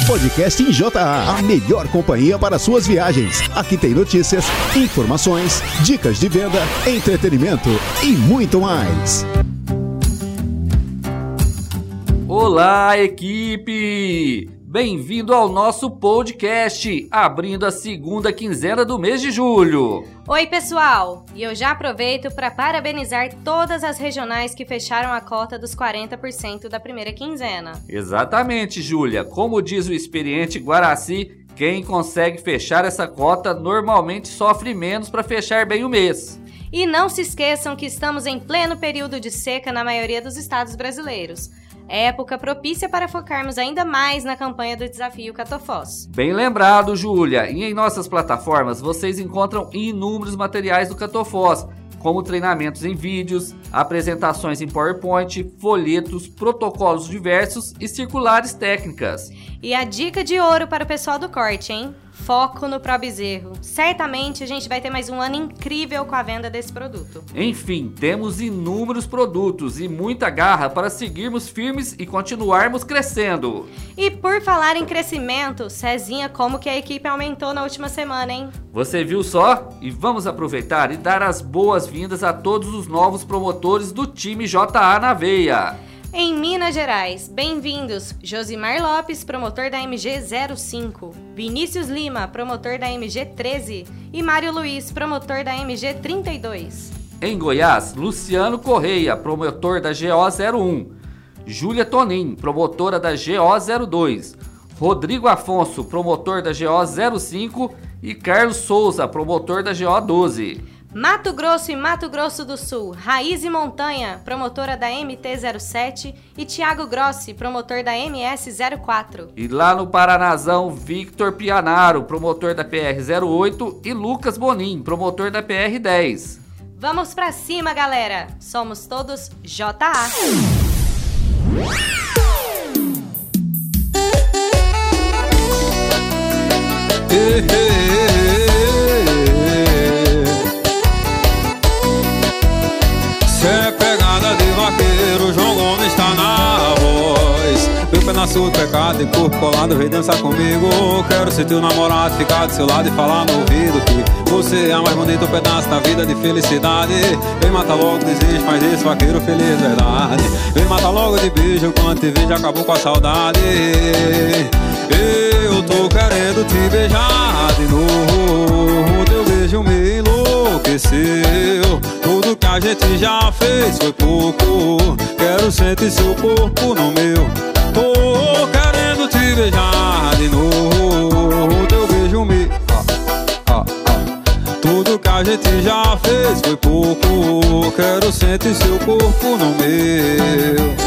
Podcast em JA, a melhor companhia para suas viagens. Aqui tem notícias, informações, dicas de venda, entretenimento e muito mais. Olá, equipe! Bem-vindo ao nosso podcast, abrindo a segunda quinzena do mês de julho. Oi, pessoal! E eu já aproveito para parabenizar todas as regionais que fecharam a cota dos 40% da primeira quinzena. Exatamente, Júlia. Como diz o experiente Guaraci, quem consegue fechar essa cota normalmente sofre menos para fechar bem o mês. E não se esqueçam que estamos em pleno período de seca na maioria dos estados brasileiros. Época propícia para focarmos ainda mais na campanha do Desafio Catofós. Bem lembrado, Júlia. E em nossas plataformas vocês encontram inúmeros materiais do Catofós, como treinamentos em vídeos, apresentações em PowerPoint, folhetos, protocolos diversos e circulares técnicas. E a dica de ouro para o pessoal do corte, hein? Foco no Pro Bezerro. Certamente a gente vai ter mais um ano incrível com a venda desse produto. Enfim, temos inúmeros produtos e muita garra para seguirmos firmes e continuarmos crescendo. E por falar em crescimento, Cezinha, como que a equipe aumentou na última semana, hein? Você viu só? E vamos aproveitar e dar as boas-vindas a todos os novos promotores do time JA na veia. Em Minas Gerais, bem-vindos Josimar Lopes, promotor da MG 05, Vinícius Lima, promotor da MG 13 e Mário Luiz, promotor da MG 32. Em Goiás, Luciano Correia, promotor da GO 01, Júlia Tonin, promotora da GO 02, Rodrigo Afonso, promotor da GO 05 e Carlos Souza, promotor da GO 12. Mato Grosso e Mato Grosso do Sul, Raiz e Montanha, promotora da MT-07 e Thiago Grossi, promotor da MS-04. E lá no Paranazão, Victor Pianaro, promotor da PR-08 e Lucas Bonin, promotor da PR-10. Vamos pra cima, galera! Somos todos JA. É pegada de vaqueiro, João Gomes tá na voz. Meu pedaço do pecado e corpo colado, vem dançar comigo. Quero ser teu namorado, ficar do seu lado e falar no ouvido que você é o mais bonito pedaço da vida de felicidade. Vem matar logo o desejo, faz esse vaqueiro feliz, verdade. Vem matar logo de beijo, quando te vejo acabou com a saudade. Eu tô querendo te beijar de novo, teu beijo me enlouqueceu. Tudo que a gente já fez foi pouco, quero sentir seu corpo no meu. Tô querendo te beijar de novo, teu beijo me... Tudo que a gente já fez foi pouco, quero sentir seu corpo no meu.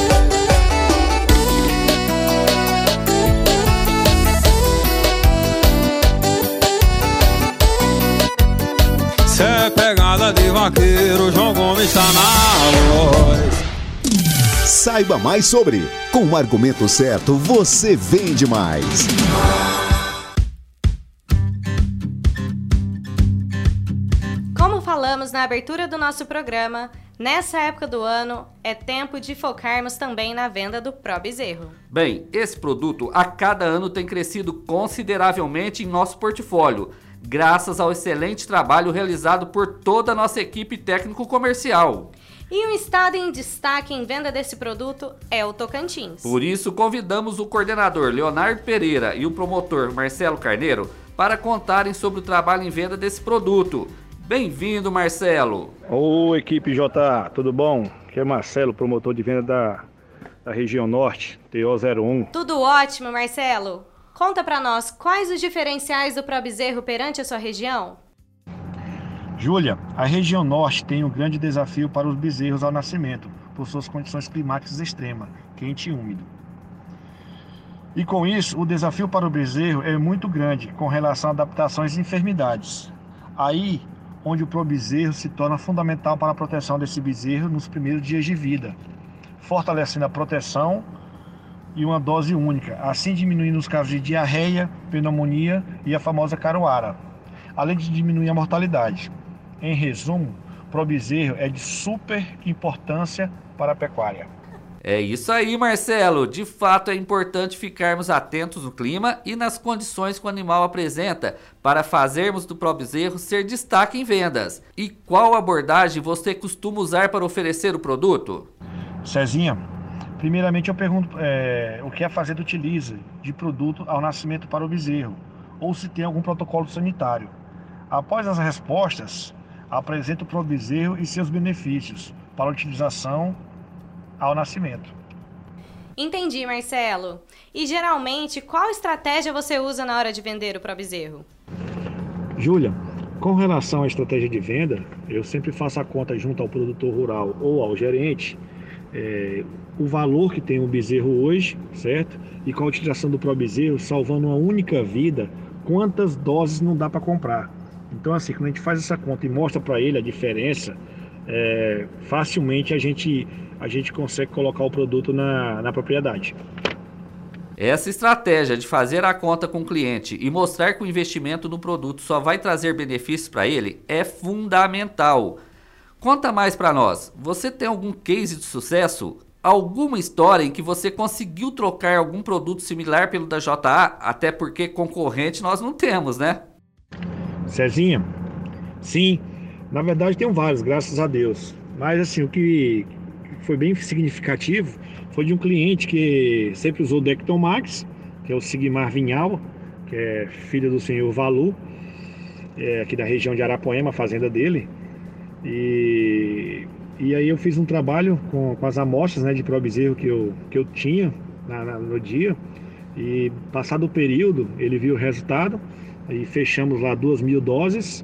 Cê é pegada de vaqueiro, João Gomes tá na voz. Saiba mais sobre Com o Argumento Certo, você vende mais. Como falamos na abertura do nosso programa, nessa época do ano é tempo de focarmos também na venda do Pro Bezerro. Bem, esse produto a cada ano tem crescido consideravelmente em nosso portfólio, graças ao excelente trabalho realizado por toda a nossa equipe técnico-comercial. E um estado em destaque em venda desse produto é o Tocantins. Por isso, convidamos o coordenador Leonardo Pereira e o promotor Marcelo Carneiro para contarem sobre o trabalho em venda desse produto. Bem-vindo, Marcelo! Oi, equipe JA, tudo bom? Aqui é Marcelo, promotor de venda da região norte, TO01. Tudo ótimo, Marcelo! Conta pra nós quais os diferenciais do Pro Bezerro perante a sua região? Júlia, a região norte tem um grande desafio para os bezerros ao nascimento, por suas condições climáticas extremas, quente e úmido. E com isso, o desafio para o bezerro é muito grande com relação a adaptações e enfermidades. Aí, onde o Pro Bezerro se torna fundamental para a proteção desse bezerro nos primeiros dias de vida, fortalecendo a proteção e uma dose única, assim diminuindo os casos de diarreia, pneumonia e a famosa caroara, além de diminuir a mortalidade. Em resumo, Pro Bezerro é de super importância para a pecuária. É isso aí, Marcelo. De fato, é importante ficarmos atentos no clima e nas condições que o animal apresenta para fazermos do Pro-Bezerro ser destaque em vendas. E qual abordagem você costuma usar para oferecer o produto? Cezinha, primeiramente eu pergunto o que a fazenda utiliza de produto ao nascimento para o bezerro, ou se tem algum protocolo sanitário. Após as respostas, apresento o Pro-Bezerro e seus benefícios para a utilização ao nascimento. Entendi, Marcelo. E geralmente, qual estratégia você usa na hora de vender o Pro-Bezerro? Júlia, com relação à estratégia de venda, eu sempre faço a conta junto ao produtor rural ou ao gerente, o valor que tem o bezerro hoje, certo? E com a utilização do Pro-Bezerro, salvando uma única vida, quantas doses não dá para comprar. Então, assim, quando a gente faz essa conta e mostra para ele a diferença, facilmente a gente consegue colocar o produto na propriedade. Essa estratégia de fazer a conta com o cliente e mostrar que o investimento no produto só vai trazer benefícios para ele é fundamental. Conta mais para nós. Você tem algum case de sucesso? Alguma história em que você conseguiu trocar algum produto similar pelo da JA? Até porque concorrente nós não temos, né? Cezinha, sim. Na verdade tem vários, graças a Deus. Mas assim, o que foi bem significativo foi de um cliente que sempre usou o Decton Max, que é o Sigmar Vinhal, que é filho do senhor Valu, aqui da região de Arapoema, a fazenda dele. E aí eu fiz um trabalho com as amostras, né, de Pro-Bezerro que eu tinha no dia. E passado o período, ele viu o resultado e fechamos lá 2.000 doses.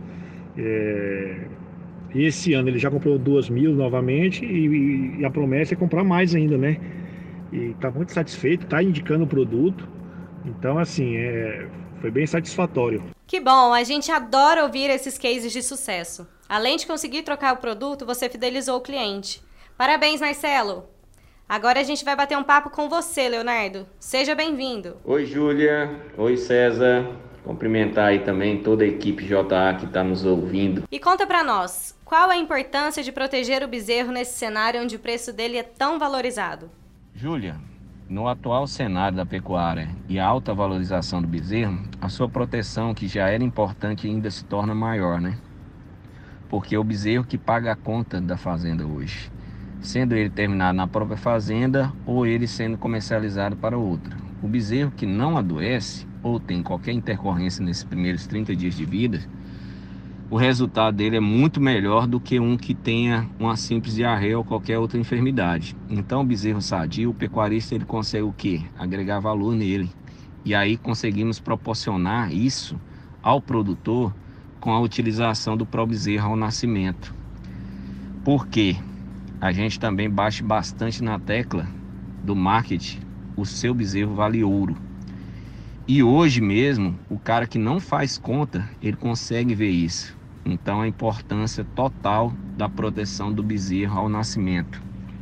E esse ano ele já comprou 2.000 novamente e a promessa é comprar mais ainda, né? E está muito satisfeito, está indicando o produto. Então, assim, foi bem satisfatório. Que bom, a gente adora ouvir esses cases de sucesso. Além de conseguir trocar o produto, você fidelizou o cliente. Parabéns, Marcelo! Agora a gente vai bater um papo com você, Leonardo. Seja bem-vindo. Oi, Júlia. Oi, César. Cumprimentar aí também toda a equipe JA que está nos ouvindo. E conta pra nós, qual a importância de proteger o bezerro nesse cenário onde o preço dele é tão valorizado? Júlia, no atual cenário da pecuária e a alta valorização do bezerro, a sua proteção, que já era importante, ainda se torna maior, né? Porque é o bezerro que paga a conta da fazenda hoje, sendo ele terminado na própria fazenda ou ele sendo comercializado para outra. O bezerro que não adoece ou tem qualquer intercorrência nesses primeiros 30 dias de vida, o resultado dele é muito melhor do que um que tenha uma simples diarreia ou qualquer outra enfermidade. Então o bezerro sadio, o pecuarista, ele consegue o quê? Agregar valor nele. E aí conseguimos proporcionar isso ao produtor com a utilização do Pro-Bezerro ao nascimento. Por quê? A gente também bate bastante na tecla do marketing, o seu bezerro vale ouro. E hoje mesmo, o cara que não faz conta, ele consegue ver isso. Então a importância total da proteção do bezerro ao nascimento.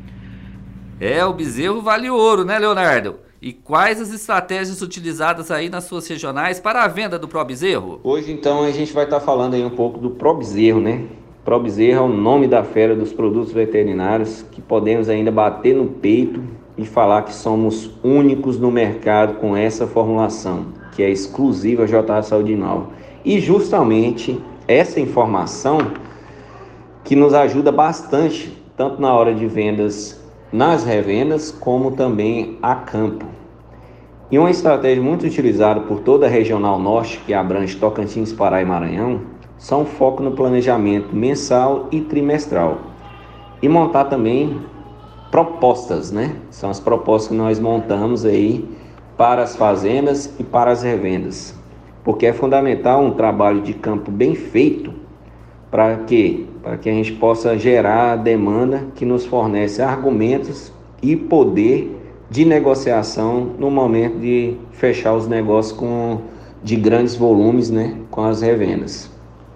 O bezerro vale ouro, né, Leonardo? E quais as estratégias utilizadas aí nas suas regionais para a venda do Pro-Bezerro? Hoje então a gente vai estar falando aí um pouco do Pro-Bezerro, né? Pro-Bezerro é o nome da fera dos produtos veterinários que podemos ainda bater no peito e falar que somos únicos no mercado com essa formulação, que é exclusiva JA Saúde Animal. E justamente essa informação que nos ajuda bastante, tanto na hora de vendas nas revendas, como também a campo. E uma estratégia muito utilizada por toda a Regional Norte, que abrange Tocantins, Pará e Maranhão, são foco no planejamento mensal e trimestral. E montar também propostas, né? São as propostas que nós montamos aí para as fazendas e para as revendas. Porque é fundamental um trabalho de campo bem feito para quê? Para que a gente possa gerar a demanda que nos fornece argumentos e poder de negociação no momento de fechar os negócios de grandes volumes, né? Com as revendas.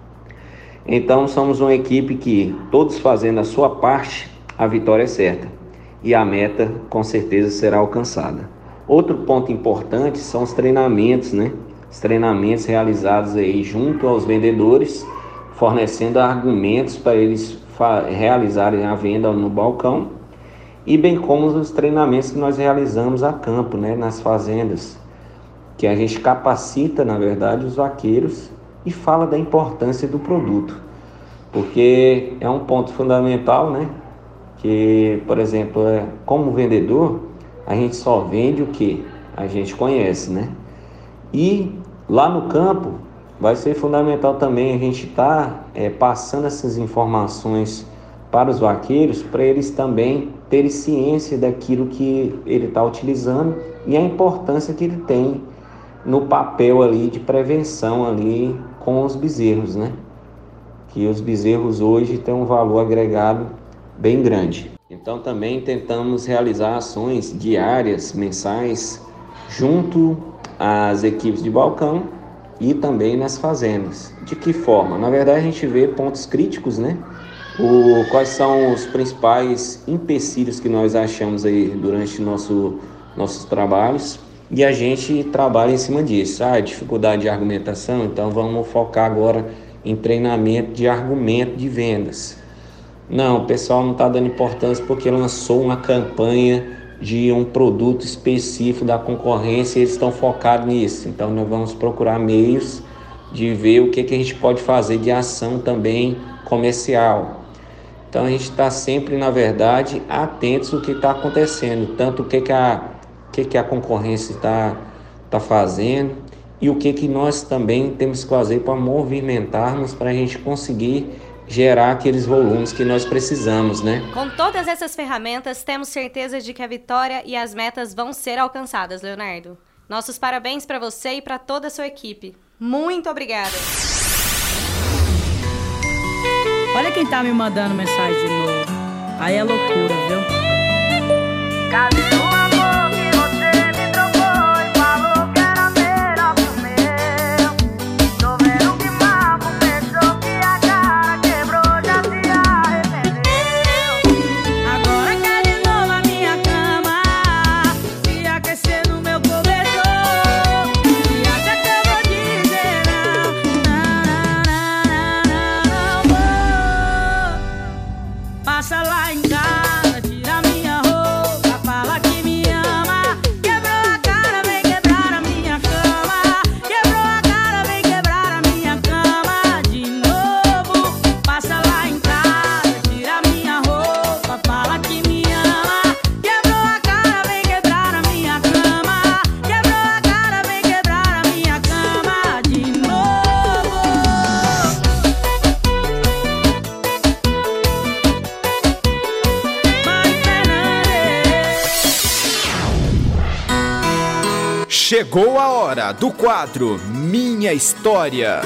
Então somos uma equipe que, todos fazendo a sua parte, a vitória é certa. E a meta com certeza será alcançada. Outro ponto importante são os treinamentos, né? Os treinamentos realizados aí junto aos vendedores, fornecendo argumentos para eles realizarem a venda no balcão e bem como os treinamentos que nós realizamos a campo, né, nas fazendas, que a gente capacita, na verdade, os vaqueiros e fala da importância do produto, porque é um ponto fundamental, né, que, por exemplo, como vendedor, a gente só vende o que a gente conhece, né, e lá no campo vai ser fundamental também a gente estar passando essas informações para os vaqueiros, para eles também terem ciência daquilo que ele está utilizando e a importância que ele tem no papel ali de prevenção ali com os bezerros, né? Que os bezerros hoje têm um valor agregado bem grande. Então também tentamos realizar ações diárias, mensais, junto às equipes de balcão e também nas fazendas. De que forma? Na verdade a gente vê pontos críticos, né? Quais são os principais empecilhos que nós achamos aí durante nossos trabalhos e a gente trabalha em cima disso. Dificuldade de argumentação, então vamos focar agora em treinamento de argumento de vendas. Não, o pessoal não está dando importância porque lançou uma campanha de um produto específico da concorrência e eles estão focados nisso. Então nós vamos procurar meios de ver o que a gente pode fazer de ação também comercial. Então a gente está sempre, na verdade, atentos ao que está acontecendo, tanto o que a concorrência está fazendo e o que nós também temos que fazer para movimentarmos para a gente conseguir gerar aqueles volumes que nós precisamos, né? Com todas essas ferramentas, temos certeza de que a vitória e as metas vão ser alcançadas, Leonardo. Nossos parabéns para você e para toda a sua equipe. Muito obrigada! Olha quem tá me mandando mensagem de novo. Aí é loucura, viu? Cadê o amor que você me trocou e falou que era melhor que o meu? Tô vendo que mal pensou que a cara quebrou, já se arrependeu. Agora quer de novo a minha cama, se aquecer no meu cobertor. E acha que eu vou dizer não. Passa lá em casa, tira minha roupa, fala que me ama. Quebrou a cara, vem quebrar a minha cama. Quebrou a cara, vem quebrar a minha cama de novo. Passa lá em casa, tira minha roupa, fala que me ama. Quebrou a cara, vem quebrar a minha cama. Quebrou a cara, vem quebrar a minha cama de novo. Mari Fernandes. Chegou a hora do quadro Minha História.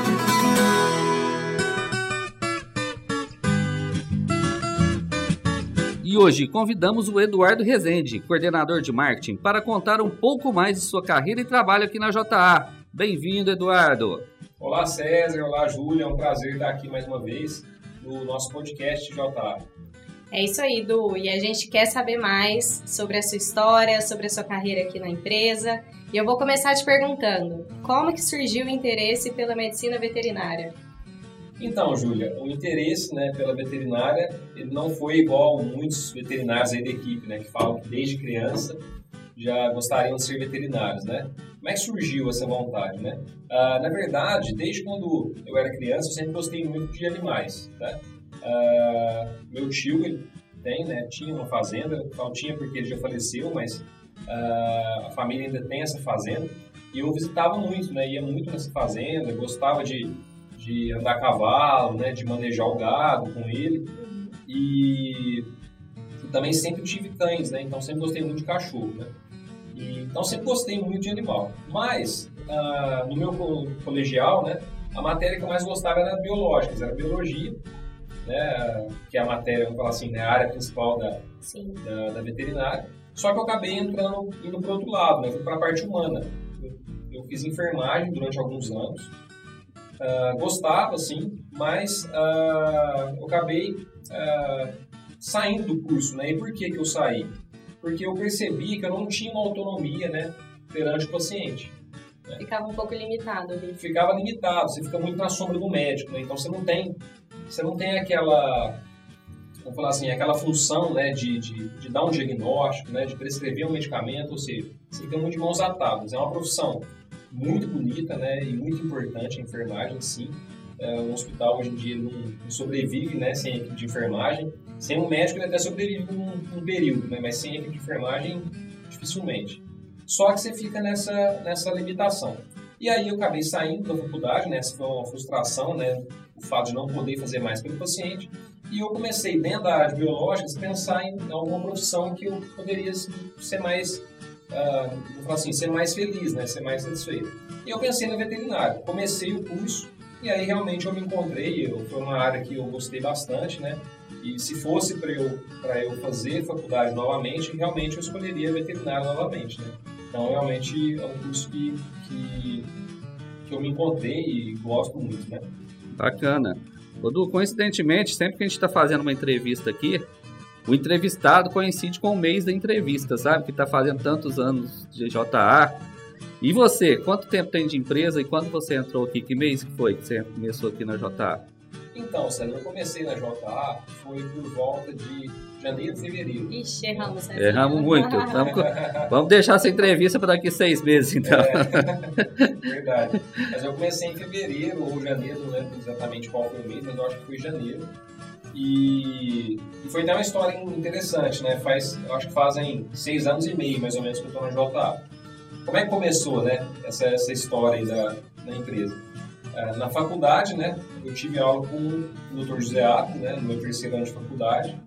E hoje convidamos o Eduardo Rezende, coordenador de marketing, para contar um pouco mais de sua carreira e trabalho aqui na JA. Bem-vindo, Eduardo! Olá, César. Olá, Júlia. É um prazer estar aqui mais uma vez no nosso podcast JA. É isso aí, Du. E a gente quer saber mais sobre a sua história, sobre a sua carreira aqui na empresa. E eu vou começar te perguntando, como que surgiu o interesse pela medicina veterinária? Então, Júlia, o interesse, né, pela veterinária, ele não foi igual a muitos veterinários aí da equipe, né, que falam que desde criança já gostariam de ser veterinários, né? Como é que surgiu essa vontade, né? Na verdade, desde quando eu era criança, eu sempre gostei muito de animais, né? Meu tio, ele tinha uma fazenda, não tinha porque ele já faleceu, mas a família ainda tem essa fazenda, e eu visitava muito, né? Ia muito nessa fazenda, gostava de andar a cavalo, né? De manejar o gado com ele, e também sempre tive cães, né? Então sempre gostei muito de cachorro, né? Então sempre gostei muito de animal, mas no meu colegial, né? A matéria que eu mais gostava era biológicas, era biologia, né? Que é a matéria, vamos falar assim, né? A área principal da veterinária. Só que eu acabei indo para o outro lado, né? Fui para a parte humana. Eu fiz enfermagem durante alguns anos. Gostava, assim, mas eu acabei saindo do curso, né? E por que eu saí? Porque eu percebi que eu não tinha uma autonomia, né? Perante o paciente. Né? Ficava um pouco limitado ali. Ficava limitado, você fica muito na sombra do médico, né? Então você não tem aquela vamos falar assim, aquela função, né, de dar um diagnóstico, né, de prescrever um medicamento, ou seja, você fica muito de mãos atadas. É uma profissão muito bonita, né, e muito importante a enfermagem, sim. Um hospital hoje em dia não sobrevive, né, sem equipe de enfermagem. Sem um médico ele até sobrevive um período, né, mas sem equipe de enfermagem dificilmente. Só que você fica nessa limitação. E aí eu acabei saindo da faculdade, né, essa foi uma frustração, né, o fato de não poder fazer mais pelo paciente. E eu comecei, dentro da área de biológicas, a pensar em alguma profissão que eu poderia ser mais, vou falar assim, ser mais feliz, né, ser mais satisfeito. E eu pensei na veterinária. Comecei o curso e aí realmente eu me encontrei. Foi uma área que eu gostei bastante, né? E se fosse para eu fazer faculdade novamente, realmente eu escolheria veterinária novamente, né? Então realmente é um curso que eu me encontrei e gosto muito, né? Bacana. Du, coincidentemente, sempre que a gente está fazendo uma entrevista aqui, o entrevistado coincide com o mês da entrevista, sabe? Que está fazendo tantos anos de JA. E você, quanto tempo tem de empresa e quando você entrou aqui? Que mês que foi que você começou aqui na JA? Então, Sérgio, eu comecei na JA, foi por volta de janeiro, fevereiro. Ixi, erramos. Erramos muito. Vamos deixar essa entrevista para daqui 6 meses, então. Verdade. Mas eu comecei em fevereiro ou janeiro, não lembro exatamente qual foi o mês, mas eu acho que foi janeiro. E foi até uma história interessante, né? Eu acho que fazem 6 anos e meio, mais ou menos, que eu estou na JA. Como é que começou, né, essa história aí da empresa? Na faculdade, né, eu tive aula com o Dr. José Ato, né, no meu 3º ano de faculdade.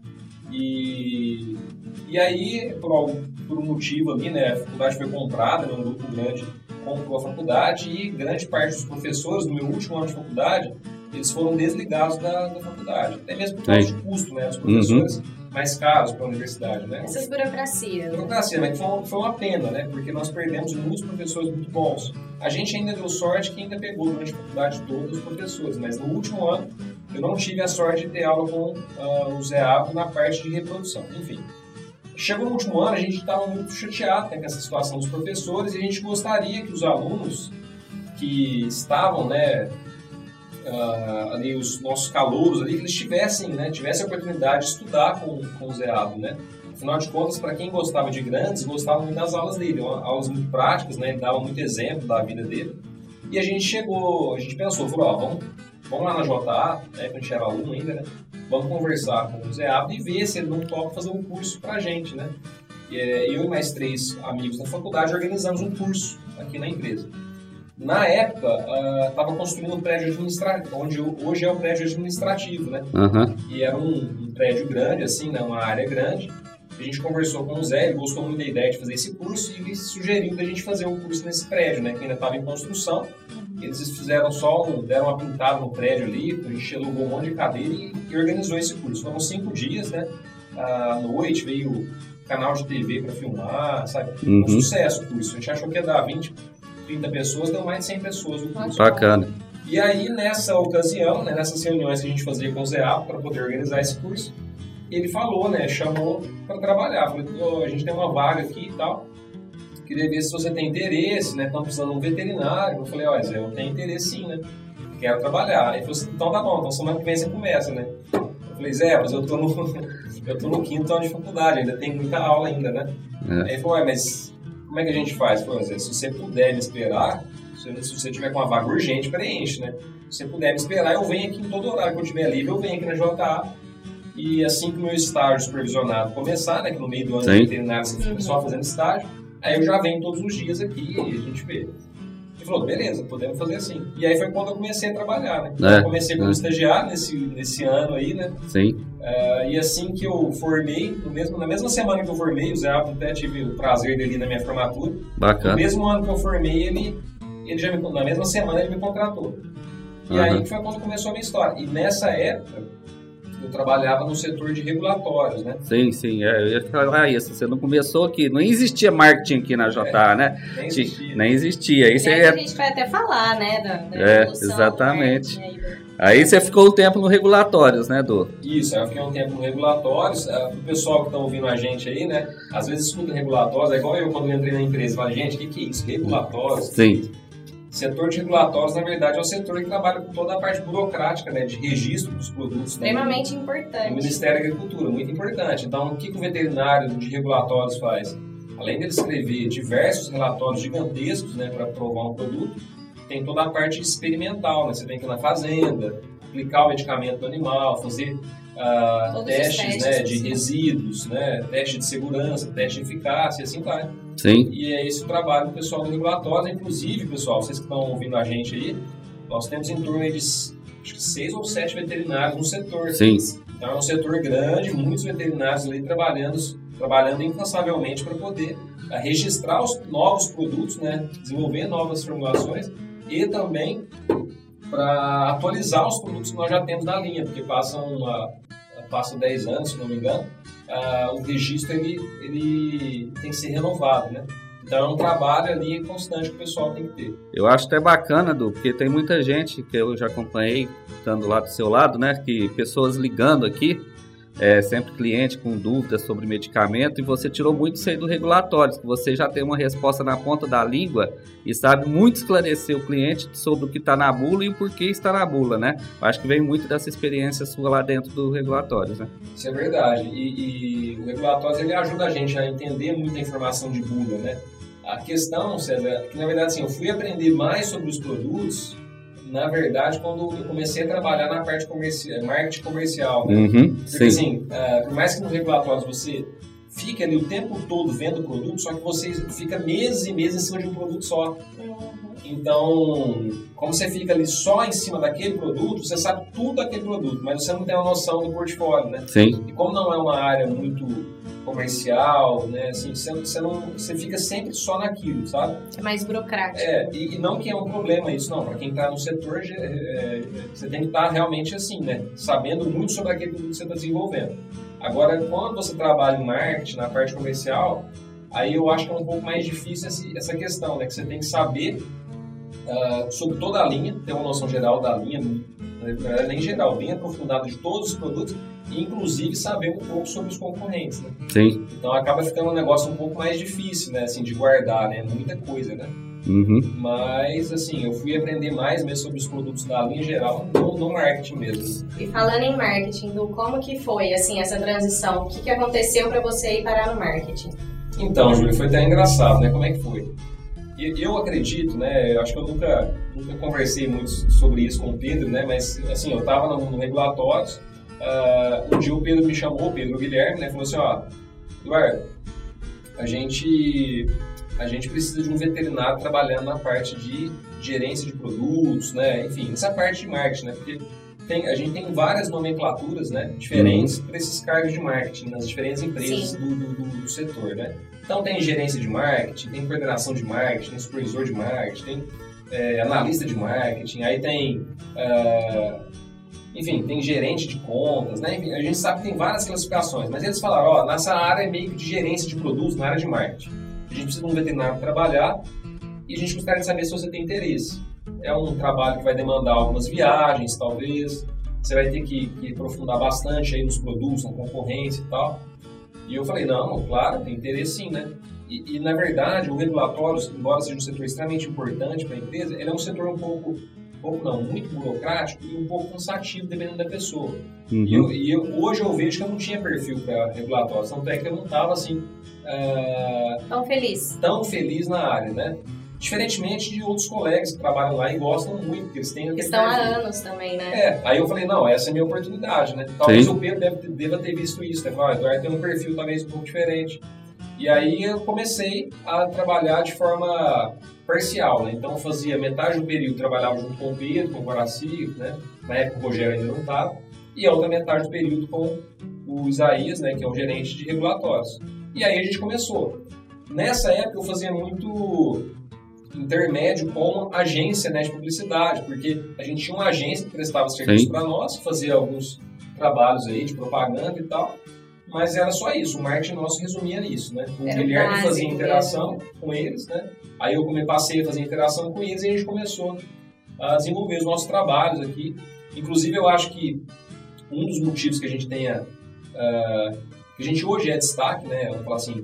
E aí, por um motivo ali, né, a faculdade foi comprada, né, um grupo grande comprou a faculdade e grande parte dos professores, no meu último ano de faculdade, eles foram desligados da faculdade. Até mesmo por causa de custo, né, os professores mais caros para a universidade, né? Essas burocracias. Burocracia, mas foi uma pena, né? Porque nós perdemos muitos professores muito bons. A gente ainda deu sorte que ainda pegou durante a faculdade todos os professores, mas no último ano eu não tive a sorte de ter aula com o Zé Abdo na parte de reprodução. Enfim, chegou no último ano, a gente estava muito chateado, né, com essa situação dos professores e a gente gostaria que os alunos que estavam, né, ali os nossos calouros ali, que eles tivessem a oportunidade de estudar com o Zé Abdo, né? Afinal de contas, para quem gostava de grandes, gostava muito das aulas dele, aulas muito práticas, né? Ele dava muito exemplo da vida dele. E a gente pensou, falou, vamos lá na JA, né? Quando a gente era aluno ainda, né? Vamos conversar com o Zé Abdo e ver se ele não topa fazer um curso pra gente, né? Eu e mais 3 amigos da faculdade organizamos um curso aqui na empresa. Na época, estava construindo um prédio administrativo, onde hoje é o prédio administrativo, né? E era um prédio grande, assim, né? Uma área grande. A gente conversou com o Zé, ele gostou muito da ideia de fazer esse curso e ele sugeriu da gente fazer um curso nesse prédio, né? Que ainda estava em construção. Eles fizeram deram uma pintada no prédio ali, a gente alugou um monte de cadeira e organizou esse curso. Foram 5 dias, né? À noite veio canal de TV para filmar, sabe? Um sucesso o curso. A gente achou que ia dar 20, 30 pessoas, deu mais de 100 pessoas o curso. Bacana. E aí, nessa ocasião, né, nessas reuniões que a gente fazia com o Zé Abdo para poder organizar esse curso, ele falou, né, chamou para trabalhar. Falou, a gente tem uma vaga aqui e tal, queria ver se você tem interesse, né, estamos precisando de um veterinário. Eu falei, olha, Zé, eu tenho interesse sim, né, quero trabalhar. Ele falou assim, então tá bom, então semana que vem você começa, né. Eu falei, Zé, mas eu tô no 5º ano de faculdade, ainda tem muita aula ainda, né. Aí ele falou, mas como é que a gente faz? Falei, Zé, se você puder me esperar, se você tiver com uma vaga urgente, preenche, né. Se você puder me esperar, eu venho aqui em todo horário que eu tiver livre, eu venho aqui na JA. E assim que o meu estágio supervisionado começar, né, que no meio do ano de veterinário você fica só fazendo estágio, aí eu já venho todos os dias aqui e a gente vê. Ele falou, beleza, podemos fazer assim. E aí foi quando eu comecei a trabalhar, né? Eu comecei como estagiário nesse ano aí, né? Sim. E assim que eu formei, na mesma semana que eu formei, o Zé Abdo até tive o prazer dele na minha formatura. Bacana. No mesmo ano que eu formei, ele já na mesma semana ele me contratou. E aí foi quando começou a minha história. E nessa época, eu trabalhava no setor de regulatórios, né? Sim, eu ia falar isso. Você não começou aqui, não existia marketing aqui na JA, né? Nem existia. Aí a gente vai até falar, né, da evolução, exatamente. Aí você ficou um tempo no regulatórios, né, Du? Isso, eu fiquei um tempo no regulatórios. O pessoal que está ouvindo a gente aí, né, às vezes escuta regulatórios, é igual eu quando eu entrei na empresa, fala, gente, o que é isso? Regulatórios? Sim. Setor de regulatórios, na verdade, é o setor que trabalha com toda a parte burocrática, né, de registro dos produtos. Extremamente No importante. Ministério da Agricultura, muito importante. Então, o que o veterinário de regulatórios faz? Além de ele escrever diversos relatórios gigantescos, né, para provar um produto, tem toda a parte experimental, né? Você tem que ir na fazenda, aplicar o medicamento no animal, fazer testes, né, de resíduos, né, teste de segurança, teste de eficácia, e assim vai. Sim. E é esse o trabalho do pessoal do regulatório. Inclusive, pessoal, vocês que estão ouvindo a gente aí, nós temos em torno aí de acho que 6 ou 7 veterinários no setor. Sim. Então é um setor grande, muitos veterinários ali trabalhando incansavelmente para poder registrar os novos produtos, né, desenvolver novas formulações e também para atualizar os produtos que nós já temos na linha, porque passa 10 anos, se não me engano, o registro ele tem que ser renovado, né? Então é um trabalho ali constante que o pessoal tem que ter. Eu acho até bacana, Du, porque tem muita gente que eu já acompanhei, estando lá do seu lado, né? Que pessoas ligando aqui, sempre cliente com dúvidas sobre medicamento, e você tirou muito isso aí do regulatório, que você já tem uma resposta na ponta da língua e sabe muito esclarecer o cliente sobre o que está na bula e o porquê está na bula, né? Eu acho que vem muito dessa experiência sua lá dentro do regulatório, né? Isso é verdade. E o regulatório ele ajuda a gente a entender muita informação de bula, né? A questão, César, é que na verdade assim, eu fui aprender mais sobre os produtos, na verdade, quando eu comecei a trabalhar na parte comercial, marketing comercial, né? Porque assim, por mais que no regulatório você fique ali o tempo todo vendo o produto, só que você fica meses e meses em cima de um produto só. Então, como você fica ali só em cima daquele produto, você sabe tudo daquele produto, mas você não tem uma noção do portfólio, né? Sim. E como não é uma área muito comercial, né? Assim, você fica sempre só naquilo, sabe? É mais burocrático. E não que é um problema isso, não. Para quem está no setor, você tem que estar realmente assim, né? Sabendo muito sobre aquele produto que você está desenvolvendo. Agora, quando você trabalha em marketing, na parte comercial, aí eu acho que é um pouco mais difícil essa questão, né? Que você tem que saber sobre toda a linha, ter uma noção geral da linha, nem geral, bem aprofundada de todos os produtos, e inclusive saber um pouco sobre os concorrentes, né? Sim. Então acaba ficando um negócio um pouco mais difícil, né? Assim, de guardar, né? Muita coisa, né? Mas, assim, eu fui aprender mais mesmo sobre os produtos da linha geral no marketing mesmo. E falando em marketing, Du, como que foi, assim, essa transição? O que aconteceu para você ir parar no marketing? Então, Júlia, foi até engraçado, né? Como é que foi? Eu acredito, né? Eu acho que eu nunca conversei muito sobre isso com o Pedro, né? Mas, assim, eu estava no regulatórios. Um dia o Pedro me chamou, o Pedro Guilherme, né? Falou assim, ó, Eduardo, a gente precisa de um veterinário trabalhando na parte de gerência de produtos, né? Enfim, essa parte de marketing, né? Porque a gente tem várias nomenclaturas, né? Diferentes para esses cargos de marketing nas diferentes empresas do setor, né? Então tem gerência de marketing, tem coordenação de marketing, tem supervisor de marketing, tem analista de marketing, aí tem... enfim, tem gerente de contas, né? Enfim, a gente sabe que tem várias classificações, mas eles falaram, ó, nessa área é meio que de gerência de produtos, na área de marketing. A gente precisa de um veterinário para trabalhar e a gente gostaria de saber se você tem interesse. É um trabalho que vai demandar algumas viagens, talvez. Você vai ter que aprofundar bastante aí nos produtos, na concorrência e tal. E eu falei, não, claro, tem interesse sim, né? E na verdade, o regulatório, embora seja um setor extremamente importante para a empresa, ele é um setor muito burocrático e um pouco cansativo dependendo da pessoa. Hoje eu vejo que eu não tinha perfil para regulatório, tanto é que eu não estava assim... tão feliz na área, né? Diferentemente de outros colegas que trabalham lá e gostam muito, porque eles têm... Estão há anos também, né? Aí eu falei, não, essa é a minha oportunidade, né? Talvez o Pedro deva ter visto isso, né? O Eduardo tem um perfil talvez um pouco diferente. E aí eu comecei a trabalhar de forma parcial, né? Então eu fazia metade do período, trabalhava junto com o Pedro, com o Guaraci, né? Na época o Rogério ainda não estava. E a outra metade do período com o Isaías, né? Que é o gerente de regulatórios. E aí a gente começou. Nessa época eu fazia muito intermédio com agência, né, de publicidade, porque a gente tinha uma agência que prestava serviço para nós, fazia alguns trabalhos aí de propaganda e tal, mas era só isso, o marketing nosso resumia nisso, né? O Guilherme fazia interação com eles, né? Aí eu passei a fazer interação com eles e a gente começou a desenvolver os nossos trabalhos aqui. Inclusive eu acho que um dos motivos que a gente tenha... que a gente hoje é destaque, né? Vamos falar assim,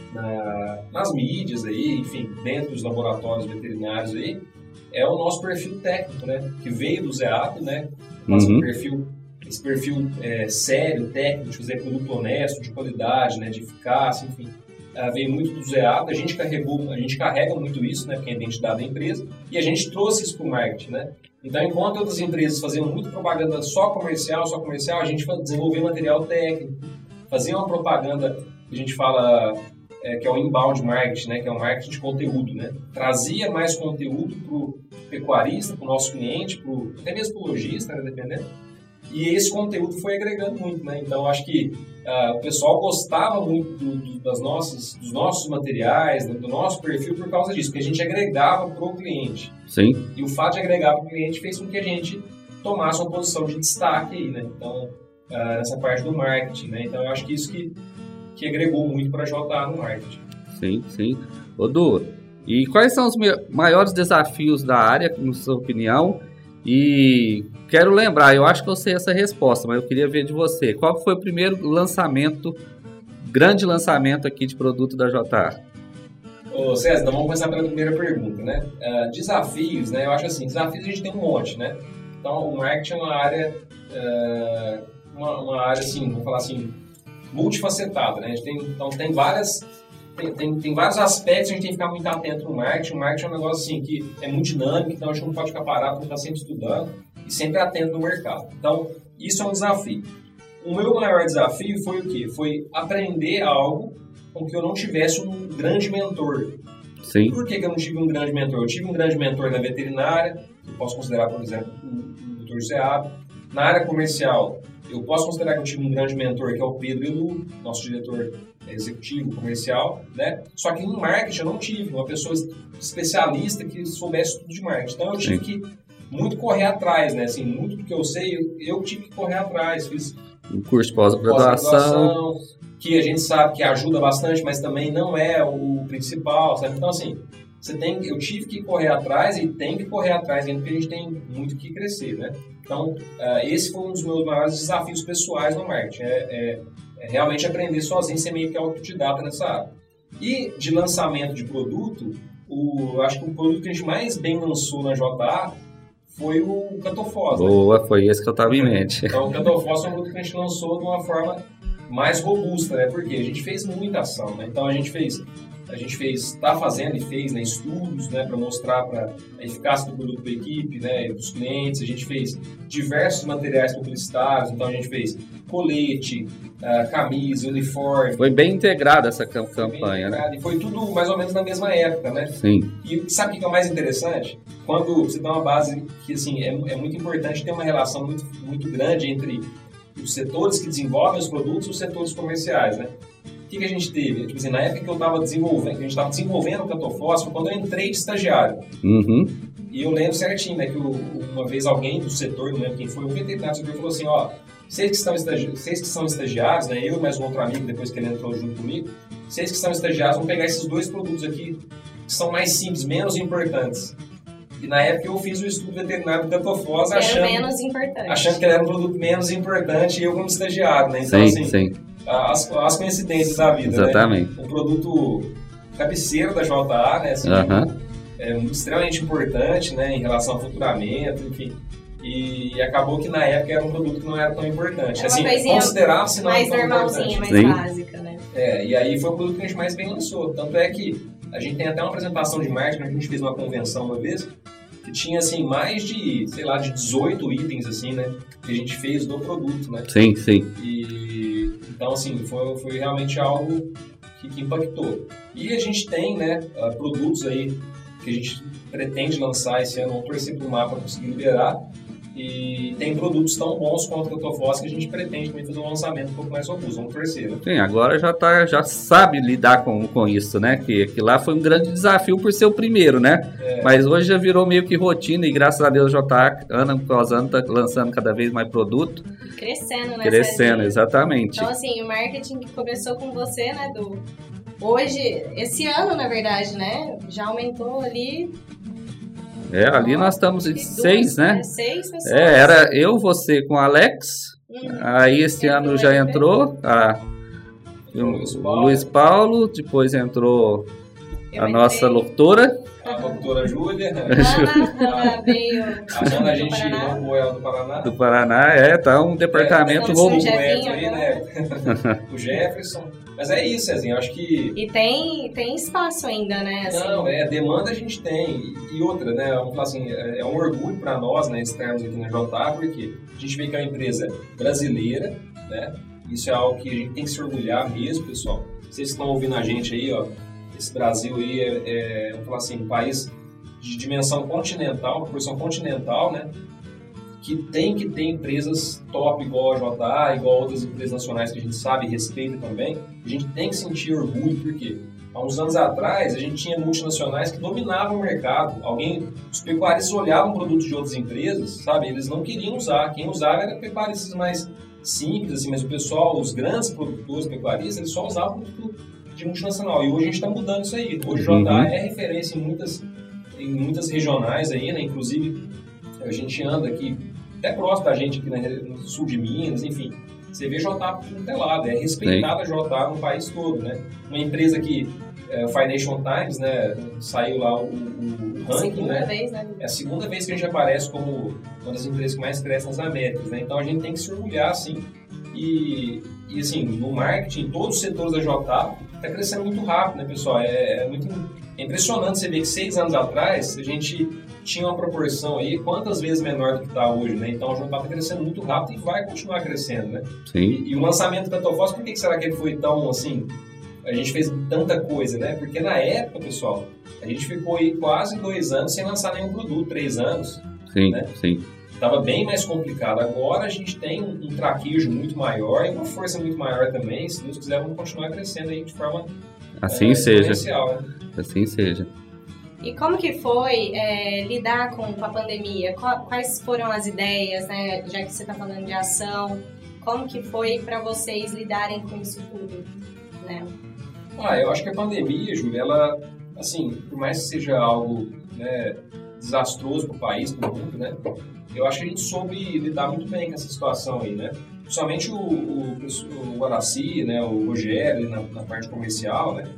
nas mídias aí, enfim, dentro dos laboratórios veterinários aí, é o nosso perfil técnico, né? Que veio do ZEAP, né? Nosso esse perfil sério, técnico, de fazer produto honesto, de qualidade, né? De eficácia, enfim. Veio muito do ZEAP, a gente carrega muito isso, né? Porque é a identidade da empresa, e a gente trouxe isso para o marketing, né? Então, enquanto outras empresas faziam muito propaganda só comercial, a gente desenvolveu material técnico, fazia uma propaganda que a gente fala que é o inbound marketing, né? Que é o marketing de conteúdo, né? Trazia mais conteúdo para o pecuarista, para o nosso cliente, até mesmo para o lojista, né? Dependendo. E esse conteúdo foi agregando muito, né? Então, acho que o pessoal gostava muito dos nossos materiais, né? Do nosso perfil por causa disso, porque a gente agregava para o cliente. Sim. E o fato de agregar para o cliente fez com que a gente tomasse uma posição de destaque aí, né? Então, nessa parte do marketing, né? Então, eu acho que isso que agregou muito para a JA no marketing. Sim, sim. Ô, Du, e quais são os maiores desafios da área, na sua opinião? E quero lembrar, eu acho que eu sei essa resposta, mas eu queria ver de você. Qual foi o primeiro grande lançamento aqui de produto da JA? Ô César, então vamos começar pela primeira pergunta, né? Desafios, né? Eu acho assim, desafios a gente tem um monte, né? Então, o marketing é uma área, assim, vamos falar assim, multifacetada, né? A gente tem vários aspectos, a gente tem que ficar muito atento no marketing. O marketing é um negócio assim que é muito dinâmico, então a gente não pode ficar parado, tem que estar sempre estudando e sempre atento no mercado. Então, isso é um desafio. O meu maior desafio foi o quê? Foi aprender algo com que eu não tivesse um grande mentor. Sim. Por que eu não tive um grande mentor? Eu tive um grande mentor na veterinária, que eu posso considerar, por exemplo, o Dr. Zeab. Na área comercial, eu posso considerar que eu tive um grande mentor, que é o Pedro Elu, nosso diretor executivo comercial, né? Só que no marketing eu não tive uma pessoa especialista que soubesse tudo de marketing. Então eu tive que muito correr atrás, né? Assim, muito do que eu sei, eu tive que correr atrás. Fiz um curso de pós-graduação, que a gente sabe que ajuda bastante, mas também não é o principal, sabe? Então, assim, eu tive que correr atrás e tem que correr atrás ainda, porque a gente tem muito que crescer, né? Então, esse foi um dos meus maiores desafios pessoais no marketing, é realmente aprender sozinho, ser meio que autodidata nessa área. E de lançamento de produto, eu acho que o produto que a gente mais bem lançou na JA foi o Catofós. Boa, né? Foi esse que eu estava em mente. Então, o Catofós é um produto que a gente lançou de uma forma mais robusta, né? Porque a gente fez muita ação, né? Então, a gente está fazendo e fez, né, estudos, né, para mostrar a eficácia do produto da equipe, né, dos clientes. A gente fez diversos materiais publicitários, então a gente fez colete, camisa, uniforme. Foi bem integrada essa campanha, né? E foi tudo mais ou menos na mesma época, né? Sim. E sabe o que é o mais interessante? Quando você dá uma base que, assim, é muito importante ter uma relação muito, muito grande entre os setores que desenvolvem os produtos e os setores comerciais, né? O que a gente teve? Tipo assim, na época que eu estava desenvolvendo, que a gente estava desenvolvendo o Catofós, foi quando eu entrei de estagiário. Uhum. E eu lembro certinho, né, que uma vez alguém do setor, não lembro quem foi, o veterinário do setor falou assim, ó, vocês que são estagiários, né, eu e mais um outro amigo, depois que ele entrou junto comigo, vocês que são estagiários, vão pegar esses dois produtos aqui, que são mais simples, menos importantes. E na época eu fiz o estudo veterinário do Catofós, achando que ele era um produto menos importante, e eu como estagiário, né, então sim, assim... Sim. As coincidências da vida, exatamente, né? Um produto cabeceiro da JA, né? Assim, extremamente importante, né? Em relação ao faturamento, enfim. E acabou que na época era um produto que não era tão importante. É assim, considerava-se não mais normalzinha, mais básica, né? E aí foi o produto que a gente mais bem lançou. Tanto é que a gente tem até uma apresentação de marketing, a gente fez uma convenção uma vez, que tinha, assim, mais de, sei lá, de 18 itens, assim, né? Que a gente fez do produto, né? Sim, sim. Então, assim, foi realmente algo que impactou. E a gente tem, né, produtos aí que a gente pretende lançar esse ano, vamos torcer para o mapa conseguir liberar. E tem produtos tão bons quanto o Catofós que a gente pretende também fazer um lançamento um pouco mais robusto. Vamos torcer, né? Sim, agora já sabe lidar com isso, né? Que lá foi um grande desafio por ser o primeiro, né? Mas hoje já virou meio que rotina e graças a Deus já está, ano após ano, tá lançando cada vez mais produto. Crescendo, né? Crescendo, exatamente. Então, assim, o marketing que começou com você, né, Du? Hoje, esse ano, na verdade, né? Já aumentou ali... ali nós estamos em 6, né? 6 pessoas. Era eu, você com o Alex. Aí esse ano já entrou o Luiz Paulo, depois entrou a nossa locutora. A doutora Júlia. Ana veio. A Ana, a gente roubou ela do Paraná. Do Paraná, tá um departamento roubo. O Jefferson. Mas é isso, Cezinha, eu acho que... E tem espaço ainda, né? Assim. Não, demanda a gente tem. E outra, né, vamos falar assim, é um orgulho para nós, né, estarmos aqui na JA, porque a gente vê que é uma empresa brasileira, né? Isso é algo que a gente tem que se orgulhar mesmo, pessoal. Vocês estão ouvindo a gente aí, ó, esse Brasil aí vamos falar assim, um país de dimensão continental, proporção continental, né? Que tem que ter empresas top igual a JA, igual outras empresas nacionais que a gente sabe e respeita também. A gente tem que sentir orgulho, porque há uns anos atrás a gente tinha multinacionais que dominavam o mercado. Os pecuaristas olhavam produtos de outras empresas, sabe? Eles não queriam usar. Quem usava era pecuaristas mais simples, assim, mas o pessoal, os grandes produtores pecuaristas, eles só usavam produto de multinacional. E hoje a gente está mudando isso aí. Hoje a JA é referência em muitas regionais aí, né? Inclusive, a gente anda aqui, até próximo da gente aqui no sul de Minas, enfim. Você vê JA por todo lado, é respeitada a JA no país todo, né? Uma empresa que, Financial Times, né, saiu lá o ranking, né? Vez, né? É a segunda vez que a gente aparece como uma das empresas que mais crescem nas Américas, né? Então a gente tem que se orgulhar, assim, e assim, no marketing, todos os setores da JA está crescendo muito rápido, né, pessoal? É impressionante você ver que 6 anos atrás a gente tinha uma proporção aí quantas vezes menor do que está hoje, né? Então a JA está crescendo muito rápido e vai continuar crescendo, né? Sim. E o lançamento da Tofós, por que será que ele foi tão, assim, a gente fez tanta coisa, né? Porque na época, pessoal, a gente ficou aí quase 2 anos sem lançar nenhum produto, 3 anos. Sim, né? sim. Estava bem mais complicado. Agora a gente tem um traquejo muito maior e uma força muito maior também. Se Deus quiser, vamos continuar crescendo aí de forma assim seja. exponencial, né? Assim seja. E como que foi lidar com a pandemia? Quais foram as ideias, né? Já que você está falando de ação, como que foi para vocês lidarem com isso tudo, né? Eu acho que a pandemia, Júlia, ela, assim, por mais que seja algo, né, desastroso para o país, para o mundo, né? Eu acho que a gente soube lidar muito bem com essa situação aí, né? Principalmente o Araci, né, o Rogério na parte comercial, né?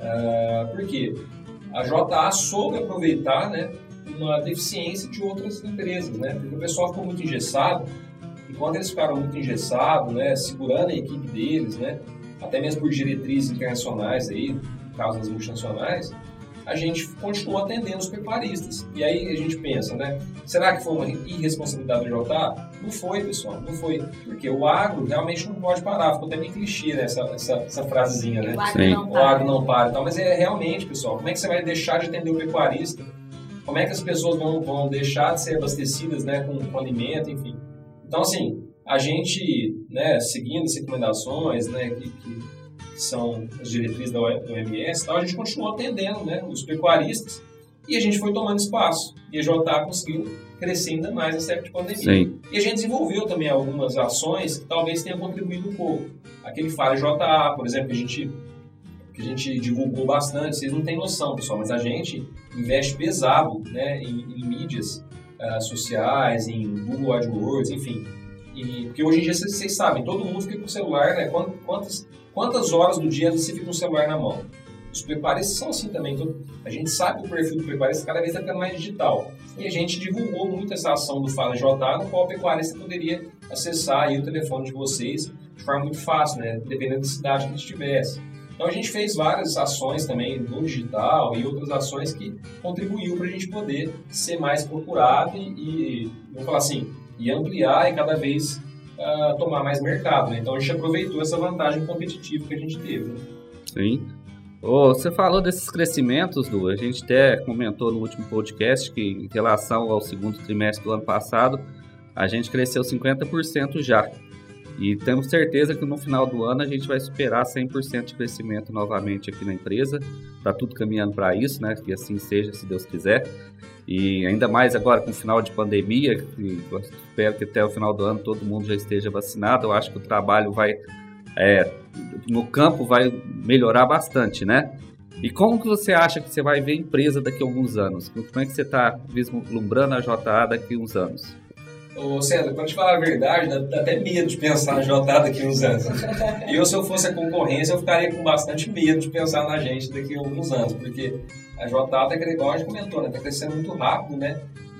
Por quê? A JA soube aproveitar, né, uma deficiência de outras empresas, né? Porque o pessoal ficou muito engessado, e quando eles ficaram muito engessados, né, segurando a equipe deles, né, até mesmo por diretrizes internacionais aí, no caso das multinacionais, a gente continuou atendendo os pecuaristas. E aí a gente pensa, né, será que foi uma irresponsabilidade do JA? Não foi, pessoal, não foi. Porque o agro realmente não pode parar. Ficou até meio clichê, né, essa frasezinha, né? O agro não para. Então, mas é realmente, pessoal, como é que você vai deixar de atender o pecuarista? Como é que as pessoas vão deixar de ser abastecidas, né, com alimento, enfim. Então, assim, a gente, né, seguindo as recomendações, né, que são as diretrizes da OMS, então a gente continuou atendendo, né, os pecuaristas e a gente foi tomando espaço. E a JA conseguiu crescer ainda mais nessa época de pandemia. Sim. E a gente desenvolveu também algumas ações que talvez tenham contribuído um pouco. Aquele Fale JA, por exemplo, que a gente divulgou bastante, vocês não têm noção, pessoal, mas a gente investe pesado, né, em mídias sociais, em Google AdWords, enfim. Porque hoje em dia, vocês sabem, todo mundo fica com o celular, né? Quantas horas do dia você fica com o celular na mão? Os pecuaristas são assim também. Então, a gente sabe que o perfil do pecuarista cada vez está ficando mais digital. E a gente divulgou muito essa ação do Fala JA, no qual o pecuarista poderia acessar aí o telefone de vocês de forma muito fácil, né? Dependendo da cidade que ele estivesse. Então, a gente fez várias ações também no digital e outras ações que contribuíram para a gente poder ser mais procurado e vamos falar assim, e ampliar e cada vez tomar mais mercado, né? Então a gente aproveitou essa vantagem competitiva que a gente teve, né? Sim. Você falou desses crescimentos, Du, a gente até comentou no último podcast que em relação ao segundo trimestre do ano passado, a gente cresceu 50% já. E temos certeza que no final do ano a gente vai superar 100% de crescimento novamente aqui na empresa. Está tudo caminhando para isso, né? Que assim seja, se Deus quiser. E ainda mais agora com o final de pandemia, que eu espero que até o final do ano todo mundo já esteja vacinado. Eu acho que o trabalho no campo vai melhorar bastante, né? E como que você acha que você vai ver a empresa daqui a alguns anos? Como é que você está vislumbrando a JA daqui a uns anos? Ô César, pra te falar a verdade, dá até medo de pensar na JA daqui a uns anos. Se eu fosse a concorrência, eu ficaria com bastante medo de pensar na gente daqui a alguns anos, porque a JA tá, igual a gente comentou, né? Tá crescendo muito rápido, né?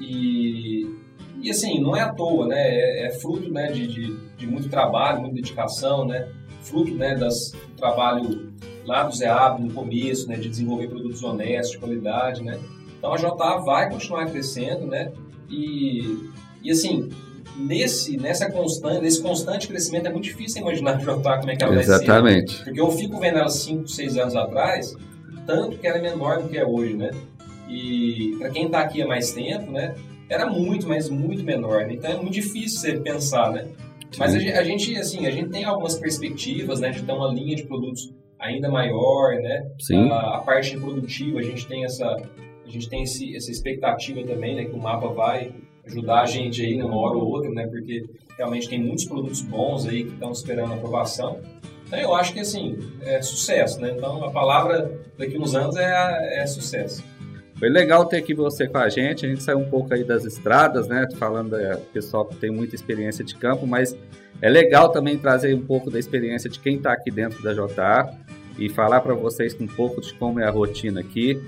E assim, não é à toa, né? É fruto, né, de muito trabalho, muita dedicação, né? Fruto, né, do trabalho lá do Zé Abdo no começo, né? De desenvolver produtos honestos, de qualidade, né? Então a JA vai continuar crescendo, né? E assim, nesse constante crescimento é muito difícil imaginar a JA como é que ela vai ser. Exatamente. Porque eu fico vendo ela 5, 6 anos atrás, tanto que ela é menor do que é hoje, né? E para quem está aqui há mais tempo, né? Era muito, mas muito menor, né? Então é muito difícil você pensar, né? Sim. Mas a gente tem algumas perspectivas, né? De ter uma linha de produtos ainda maior, né? Sim. A parte produtiva, a gente tem essa expectativa também, né? Que o mapa vai ajudar a gente aí numa hora ou outra, né? Porque realmente tem muitos produtos bons aí que estão esperando aprovação. Então eu acho que assim, é sucesso, né? Então a palavra daqui a uns anos é sucesso. Foi legal ter aqui você com a gente saiu um pouco aí das estradas, né? Tô falando do pessoal que tem muita experiência de campo, mas é legal também trazer um pouco da experiência de quem está aqui dentro da JA e falar para vocês um pouco de como é a rotina aqui.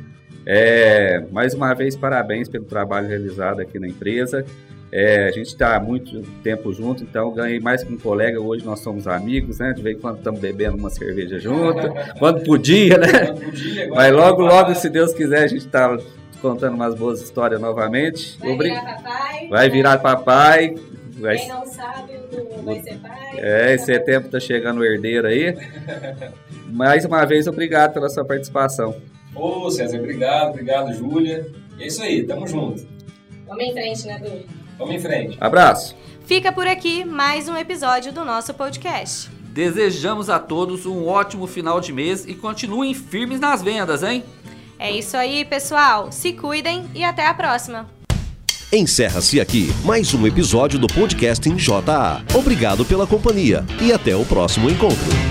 Mais uma vez, parabéns pelo trabalho realizado aqui na empresa. A gente está há muito tempo junto, então ganhei mais que um colega. Hoje nós somos amigos, né? De vez em quando estamos bebendo uma cerveja junto, quando podia, né? Mas logo, se Deus quiser, a gente está contando umas boas histórias novamente. Virar papai. Vai virar papai. Quem não sabe, vai ser pai. Em setembro está chegando o herdeiro aí. Mais uma vez, obrigado pela sua participação. Ô César, obrigado Júlia. É isso aí, tamo junto. Vamos em frente, né, Du? Vamos em frente. Abraço. Fica por aqui mais um episódio do nosso podcast. Desejamos a todos um ótimo final de mês e continuem firmes nas vendas, hein? É isso aí, pessoal. Se cuidem e até a próxima. Encerra-se aqui mais um episódio do podcast em JA. Obrigado pela companhia e até o próximo encontro.